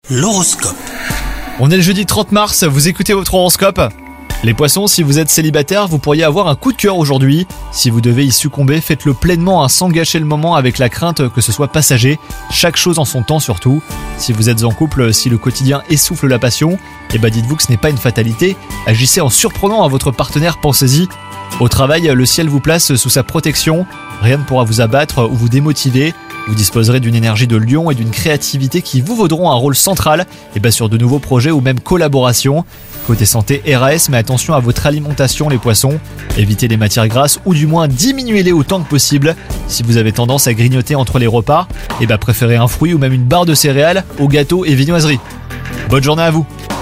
L'horoscope. On est le jeudi 30 mars, vous écoutez votre horoscope. Les poissons, si vous êtes célibataire, vous pourriez avoir un coup de cœur aujourd'hui. Si vous devez y succomber, faites-le pleinement, sans gâcher le moment avec la crainte que ce soit passager. Chaque chose en son temps surtout. Si vous êtes en couple, si le quotidien essouffle la passion, dites-vous que ce n'est pas une fatalité. Agissez en surprenant à votre partenaire, pensez-y. Au travail, le ciel vous place sous sa protection. Rien ne pourra vous abattre ou vous démotiver. Vous disposerez d'une énergie de lion et d'une créativité qui vous vaudront un rôle central sur de nouveaux projets ou même collaborations. Côté santé, RAS, mais attention à votre alimentation les poissons. Évitez les matières grasses ou du moins diminuez-les autant que possible. Si vous avez tendance à grignoter entre les repas, préférez un fruit ou même une barre de céréales aux gâteaux et viennoiseries. Bonne journée à vous.